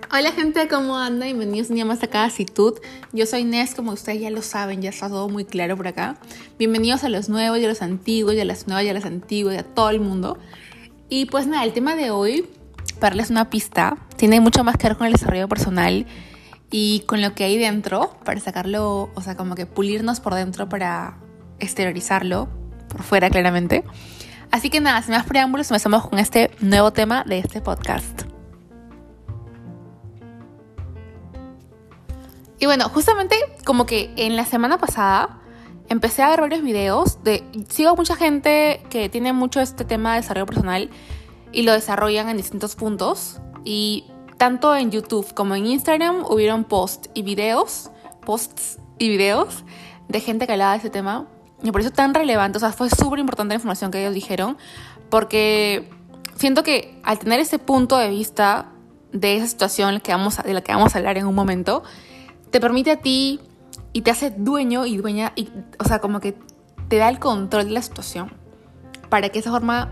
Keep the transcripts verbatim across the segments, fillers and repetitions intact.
Hola gente, ¿cómo andan? Bienvenidos un día más acá a Actitud. Yo soy Nes, como ustedes ya lo saben, ya está todo muy claro por acá. Bienvenidos a los nuevos y a los antiguos, y a las nuevas y a las antiguas, y a todo el mundo. Y pues nada, el tema de hoy, para darles una pista, tiene mucho más que ver con el desarrollo personal y con lo que hay dentro, para sacarlo, o sea, como que pulirnos por dentro para exteriorizarlo, por fuera claramente. Así que nada, sin más preámbulos, empezamos con este nuevo tema de este podcast. Y bueno, justamente como que en la semana pasada empecé a ver varios videos de... Sigo a mucha gente que tiene mucho este tema de desarrollo personal y lo desarrollan en distintos puntos. Y tanto en YouTube como en Instagram hubieron posts y videos, posts y videos de gente que hablaba de ese tema. Me pareció tan relevante, o sea, fue súper importante la información que ellos dijeron, porque siento que al tener ese punto de vista de esa situación que vamos a, de la que vamos a hablar en un momento, te permite a ti y te hace dueño y dueña, y, o sea, como que te da el control de la situación para que esa forma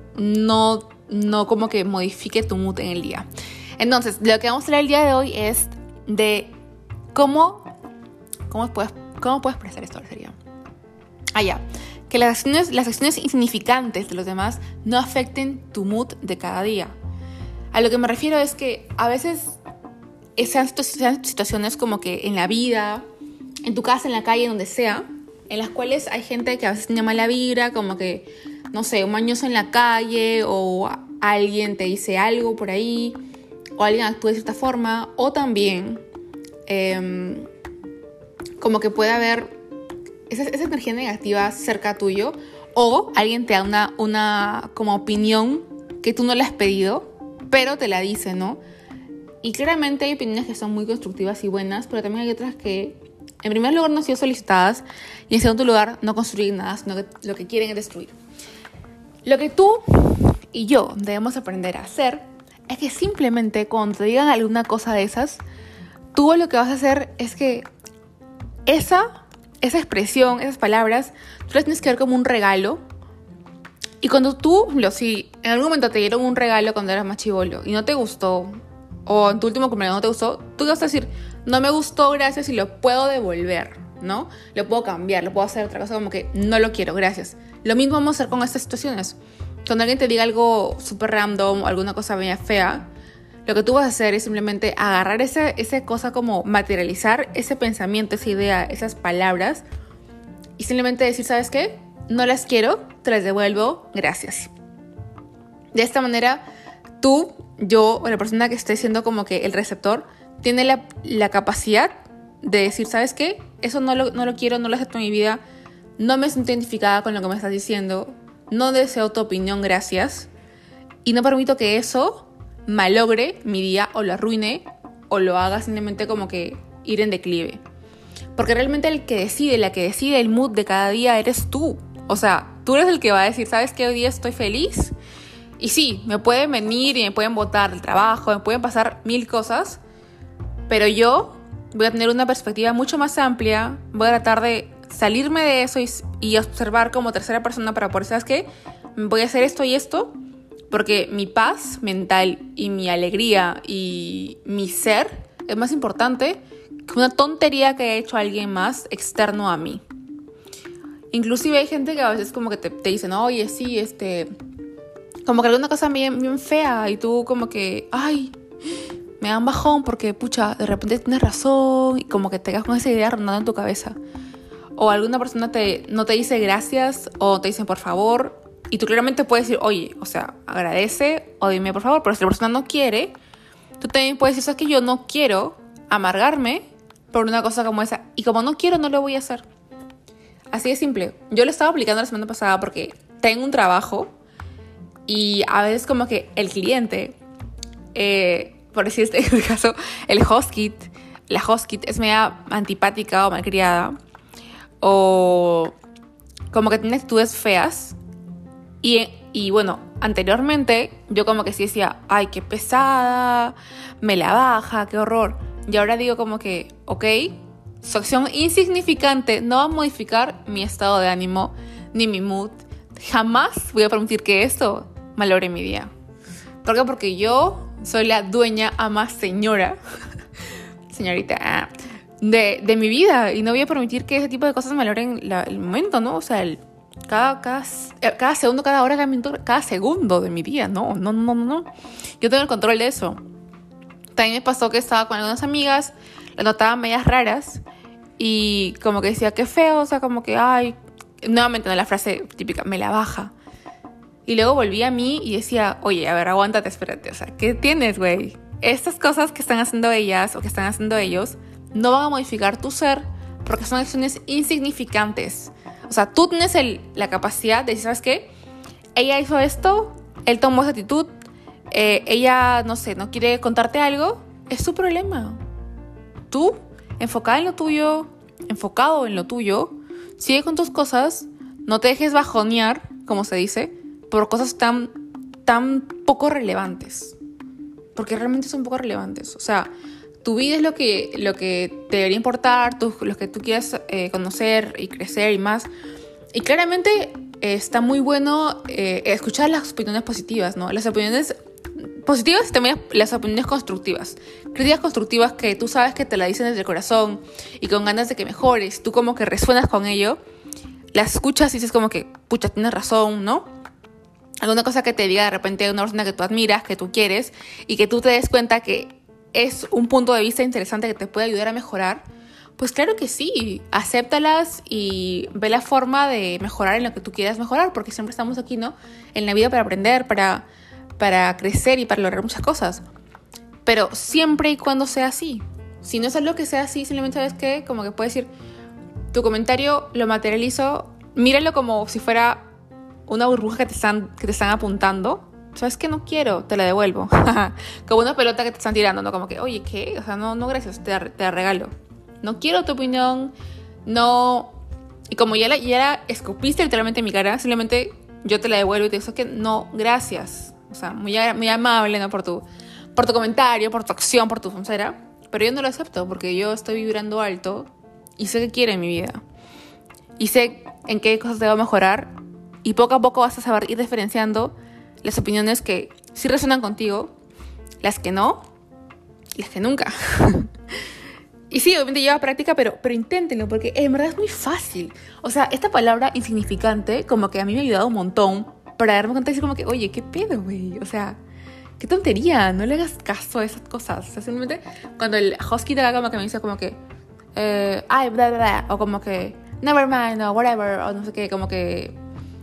no, no como que modifique tu mood en el día. Entonces, lo que vamos a hablar el día de hoy es de cómo, cómo puedes, cómo puedes expresar esto, sería. Ah, ya. Que las acciones, las acciones insignificantes de los demás no afecten tu mood de cada día. A lo que me refiero es que a veces sean situaciones como que en la vida, en tu casa, en la calle, donde sea, en las cuales hay gente que a veces tiene mala vibra, como que, no sé, un mañoso en la calle, o alguien te dice algo por ahí, o alguien actúa de cierta forma, o también eh, como que puede haber esa, esa energía negativa cerca tuyo, o alguien te da una, una como opinión que tú no le has pedido, pero te la dice, ¿no? Y claramente hay opiniones que son muy constructivas y buenas, pero también hay otras que, en primer lugar, no han sido solicitadas, y en segundo lugar, no construyen nada, sino que lo que quieren es destruir. Lo que tú y yo debemos aprender a hacer es que simplemente cuando te digan alguna cosa de esas, tú lo que vas a hacer es que esa, esa expresión, esas palabras, tú las tienes que ver como un regalo. Y cuando tú, si en algún momento te dieron un regalo cuando eras más chibolo y no te gustó, o en tu último cumpleaños no te gustó, tú vas a decir, no me gustó, gracias, y lo puedo devolver, ¿no? Lo puedo cambiar, lo puedo hacer otra cosa, como que no lo quiero, gracias. Lo mismo vamos a hacer con estas situaciones. Cuando alguien te diga algo súper random o alguna cosa bien fea, lo que tú vas a hacer es simplemente agarrar esa, esa cosa, como materializar ese pensamiento, esa idea, esas palabras, y simplemente decir, ¿sabes qué? No las quiero, te las devuelvo, gracias. De esta manera, tú, yo o la persona que esté siendo como que el receptor tiene la, la capacidad de decir, ¿sabes qué? Eso no lo, no lo quiero, no lo acepto en mi vida, no me siento identificada con lo que me estás diciendo, no deseo tu opinión, gracias, y no permito que eso malogre mi día o lo arruine o lo haga simplemente como que ir en declive. Porque realmente el que decide, la que decide el mood de cada día eres tú. O sea, tú eres el que va a decir, ¿sabes qué? Hoy día estoy feliz. Y sí, me pueden venir y me pueden botar del trabajo, me pueden pasar mil cosas, pero yo voy a tener una perspectiva mucho más amplia, voy a tratar de salirme de eso y, y observar como tercera persona para poder, ¿sabes qué? Voy a hacer esto y esto, porque mi paz mental y mi alegría y mi ser es más importante que una tontería que haya hecho alguien más externo a mí. Inclusive hay gente que a veces como que te, te dicen, oye, sí, este... como que alguna cosa bien, bien fea y tú como que, ay, me dan bajón porque, pucha, de repente tienes razón, y como que te quedas con esa idea rondando en tu cabeza. O alguna persona te, no te dice gracias o te dicen por favor, y tú claramente puedes decir, oye, o sea, agradece o dime por favor, pero si la persona no quiere, tú también puedes decir, sabes que yo no quiero amargarme por una cosa como esa, y como no quiero, no lo voy a hacer. Así de simple. Yo lo estaba aplicando la semana pasada porque tengo un trabajo. Y a veces como que el cliente, eh, por decir este en el caso, el hostkit, la hostkit es media antipática o malcriada, o como que tiene actitudes feas. Y, y bueno, anteriormente yo como que sí decía, ay, qué pesada, me la baja, qué horror. Y ahora digo como que, ok, su acción insignificante no va a modificar mi estado de ánimo ni mi mood. Jamás voy a permitir que esto malogre mi día. ¿Por qué? Porque yo soy la dueña, ama, señora, señorita, de, de mi vida. Y no voy a permitir que ese tipo de cosas me logren la, el momento, ¿no? O sea, el, cada, cada, cada segundo, cada hora, cada minuto, cada segundo de mi día. No, no, no, no, no. Yo tengo el control de eso. También me pasó que estaba con algunas amigas, las notaban medias raras y como que decía, qué feo, o sea, como que, ay, nuevamente, no, la frase típica, me la baja. Y luego volví a mí y decía, oye, a ver, aguántate, espérate, o sea, ¿qué tienes, güey? Estas cosas que están haciendo ellas o que están haciendo ellos no van a modificar tu ser porque son acciones insignificantes. O sea, tú tienes el, la capacidad de decir, ¿sabes qué? Ella hizo esto, él tomó esa actitud, eh, ella, no sé, no quiere contarte algo, es su problema. Tú, enfocada en lo tuyo, enfocado en lo tuyo, sigue con tus cosas, no te dejes bajonear, como se dice, por cosas tan, tan poco relevantes. Porque realmente son poco relevantes. O sea, tu vida es lo que, lo que te debería importar, tu, lo que tú quieres eh, conocer y crecer y más. Y claramente eh, está muy bueno eh, escuchar las opiniones positivas, ¿no? Las opiniones positivas y también las opiniones constructivas. Críticas constructivas que tú sabes que te la dicen desde el corazón y con ganas de que mejores. Tú como que resuenas con ello, las escuchas y dices como que, pucha, tienes razón, ¿no? Alguna cosa que te diga de repente una persona que tú admiras, que tú quieres, y que tú te des cuenta que es un punto de vista interesante que te puede ayudar a mejorar, pues claro que sí, acéptalas y ve la forma de mejorar en lo que tú quieras mejorar, porque siempre estamos aquí, ¿no? En la vida para aprender, para, para crecer y para lograr muchas cosas. Pero siempre y cuando sea así. Si no es algo que sea así, simplemente sabes que como que puedes decir, tu comentario lo materializo, míralo como si fuera una burbuja que te están, que te están apuntando. ¿Sabes qué? No quiero, te la devuelvo. Como una pelota que te están tirando, ¿no? Como que, oye, ¿qué? O sea, no, no gracias, te, te la regalo. No quiero tu opinión, no... Y como ya la, ya la escupiste literalmente en mi cara, simplemente yo te la devuelvo y te digo que no, gracias. O sea, muy, muy amable, ¿no? Por tu, por tu comentario, por tu acción, por tu sincera. Pero yo no lo acepto porque yo estoy vibrando alto y sé qué quiero en mi vida. Y sé en qué cosas debo mejorar. Y poco a poco vas a saber ir diferenciando las opiniones que sí resuenan contigo, las que no, y las que nunca. Y sí, obviamente lleva práctica, pero, pero inténtenlo, porque en verdad es muy fácil. O sea, esta palabra insignificante como que a mí me ha ayudado un montón para darme cuenta y decir como que, oye, ¿qué pedo, güey? O sea, qué tontería, no le hagas caso a esas cosas. O sea, simplemente cuando el husky de la cama que me dice como que, eh, ay, bla, bla, bla, o como que, never mind, o whatever, o no sé qué, como que...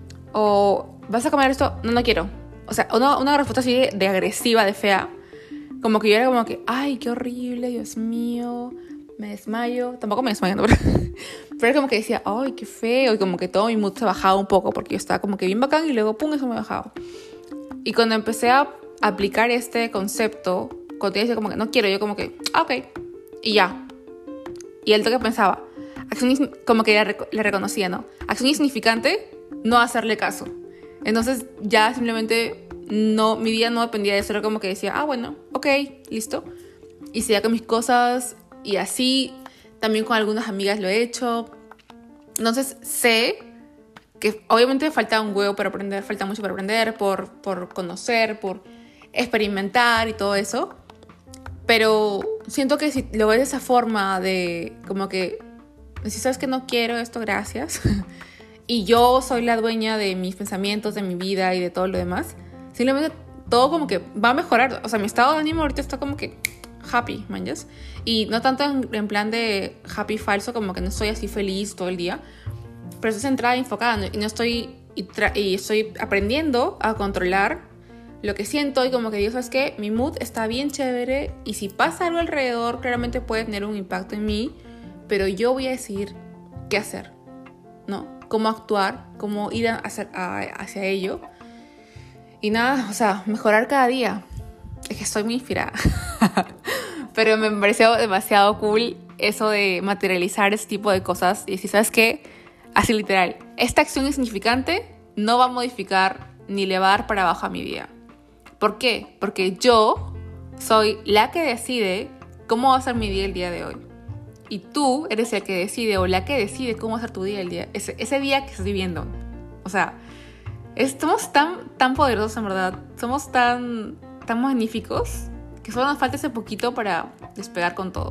O, ¿vas a comer esto? No, no quiero. O sea, una, una respuesta así de, de agresiva, de fea. Como que yo era como que, ay, qué horrible, Dios mío, me desmayo. Tampoco me desmayo, ¿no? Pero, pero era como que decía, ay, qué feo. Y como que todo mi mood se bajaba un poco porque yo estaba como que bien bacán y luego, pum, eso me bajaba. Y cuando empecé a aplicar este concepto, cuando yo decía como que no quiero, yo como que, ah, ok. Y ya. Y el toque pensaba, acción, como que le, le reconocía, ¿no? Acción insignificante, no hacerle caso. Entonces ya simplemente no, mi vida no dependía de eso. Era como que decía, ah, bueno, ok, listo. Y seguía con mis cosas. Y así también con algunas amigas lo he hecho. Entonces sé que obviamente falta un huevo para aprender, falta mucho para aprender, por, por conocer, por experimentar y todo eso. Pero siento que si lo ves de esa forma de como que, si sabes que no quiero esto, gracias. Y yo soy la dueña de mis pensamientos, de mi vida y de todo lo demás. Simplemente todo como que va a mejorar. O sea, mi estado de ánimo ahorita está como que happy, ¿manjas? Y no tanto en, en plan de happy falso, como que no estoy así feliz todo el día. Pero estoy centrada y enfocada. Y no estoy... Y, tra- y estoy aprendiendo a controlar lo que siento. Y como que digo, ¿sabes qué? Mi mood está bien chévere. Y si pasa algo alrededor, claramente puede tener un impacto en mí. Pero yo voy a decidir qué hacer, ¿no? Cómo actuar, cómo ir hacia, a, hacia ello. Y nada, o sea, mejorar cada día. Es que estoy muy inspirada. Pero me pareció demasiado cool eso de materializar ese tipo de cosas. Y si sabes qué, así literal, esta acción insignificante no va a modificar ni le va a dar para abajo a mi vida. ¿Por qué? Porque yo soy la que decide cómo va a ser mi día el día de hoy. Y tú eres el que decide o la que decide cómo va a ser tu día el día, ese, ese día que estás viviendo. O sea, somos tan, tan poderosos en verdad. Somos tan, tan magníficos que solo nos falta ese poquito para despegar con todo.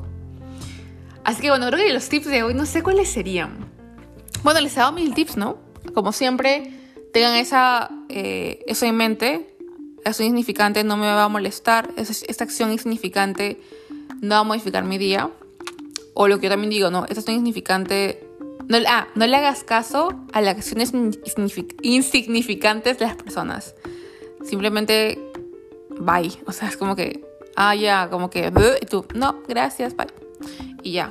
Así que bueno, creo que los tips de hoy no sé cuáles serían. Bueno, les he dado mil tips, ¿no? Como siempre, tengan esa, eh, eso en mente. Eso insignificante no me va a molestar. Esta acción insignificante no va a modificar mi día. O lo que yo también digo, no, esta acción insignificante... No, ah, no le hagas caso a las acciones insignificantes de las personas. Simplemente, bye. O sea, es como que, ah, ya, como que, y tú, no, gracias, bye. Y ya.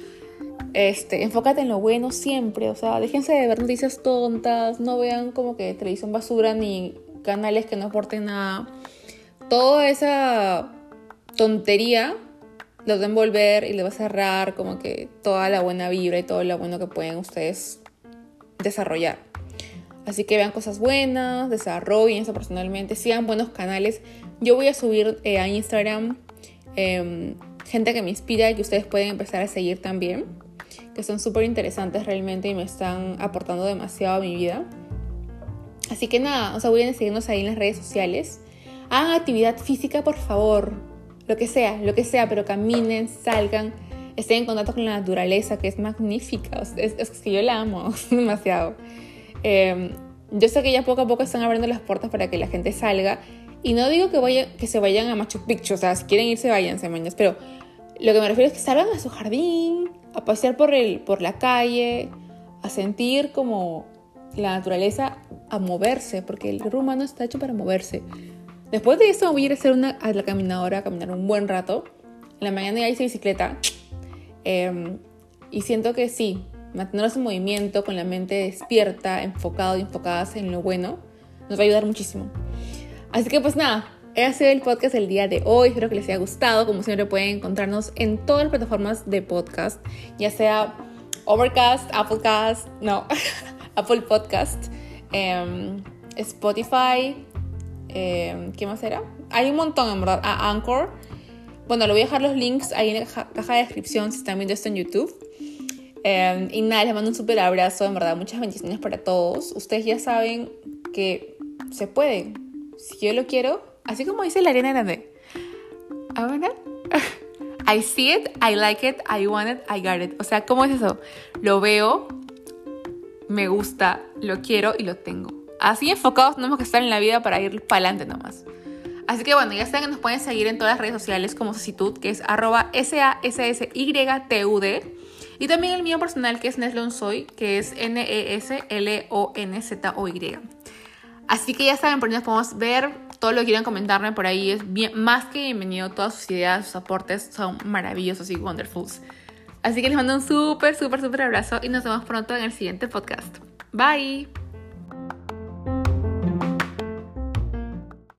Este, enfócate en lo bueno siempre. O sea, déjense de ver noticias tontas. No vean como que televisión basura ni canales que no aporten nada. Toda esa tontería los va a envolver y les va a cerrar como que toda la buena vibra y todo lo bueno que pueden ustedes desarrollar. Así que vean cosas buenas, desarrollen eso personalmente, sigan buenos canales. Yo voy a subir eh, a Instagram eh, gente que me inspira y que ustedes pueden empezar a seguir también, que son súper interesantes realmente y me están aportando demasiado a mi vida. Así que nada, o sea, voy a seguirnos ahí en las redes sociales. Hagan actividad física, por favor. Lo que sea, lo que sea, pero caminen, salgan, estén en contacto con la naturaleza, que es magnífica. Es, es que yo la amo demasiado. Eh, yo sé que ya poco a poco están abriendo las puertas para que la gente salga. Y no digo que, vaya, que se vayan a Machu Picchu, o sea, si quieren irse, váyanse, mañas. Pero lo que me refiero es que salgan a su jardín, a pasear por, el, por la calle, a sentir como la naturaleza, a moverse, porque el ser humano está hecho para moverse. Después de eso voy a ir a hacer una, a la caminadora, a caminar un buen rato. En la mañana ya hice bicicleta. Eh, y siento que sí, mantenernos en movimiento, con la mente despierta, enfocado y enfocadas en lo bueno, nos va a ayudar muchísimo. Así que pues nada, ese ha sido el podcast del día de hoy. Espero que les haya gustado. Como siempre pueden encontrarnos en todas las plataformas de podcast, ya sea Overcast, Applecast, no, Apple Podcast, eh, Spotify. Eh, ¿Qué más era? Hay un montón, en verdad. A Anchor. Bueno, le voy a dejar los links ahí en la caja, caja de descripción si están viendo esto en YouTube. Eh, y nada, les mando un súper abrazo. En verdad, muchas bendiciones para todos. Ustedes ya saben que se puede. Si yo lo quiero, así como dice la Ariana Grande. ¿Ahora? I see it, I like it, I want it, I got it. O sea, ¿cómo es eso? Lo veo, me gusta, lo quiero y lo tengo. Así enfocados tenemos que estar en la vida para ir para adelante nomás. Así que bueno, ya saben que nos pueden seguir en todas las redes sociales como Sassitud, que es arroba S A S S Y T U D. Y también el mío personal, que es Neslonsoy, que es N E S L O N Z O Y. Así que ya saben, por ahí nos podemos ver. Todo lo que quieran comentarme por ahí es bien, más que bienvenido. Todas sus ideas, sus aportes son maravillosos y wonderfuls. Así que les mando un súper, súper, súper abrazo y nos vemos pronto en el siguiente podcast. Bye.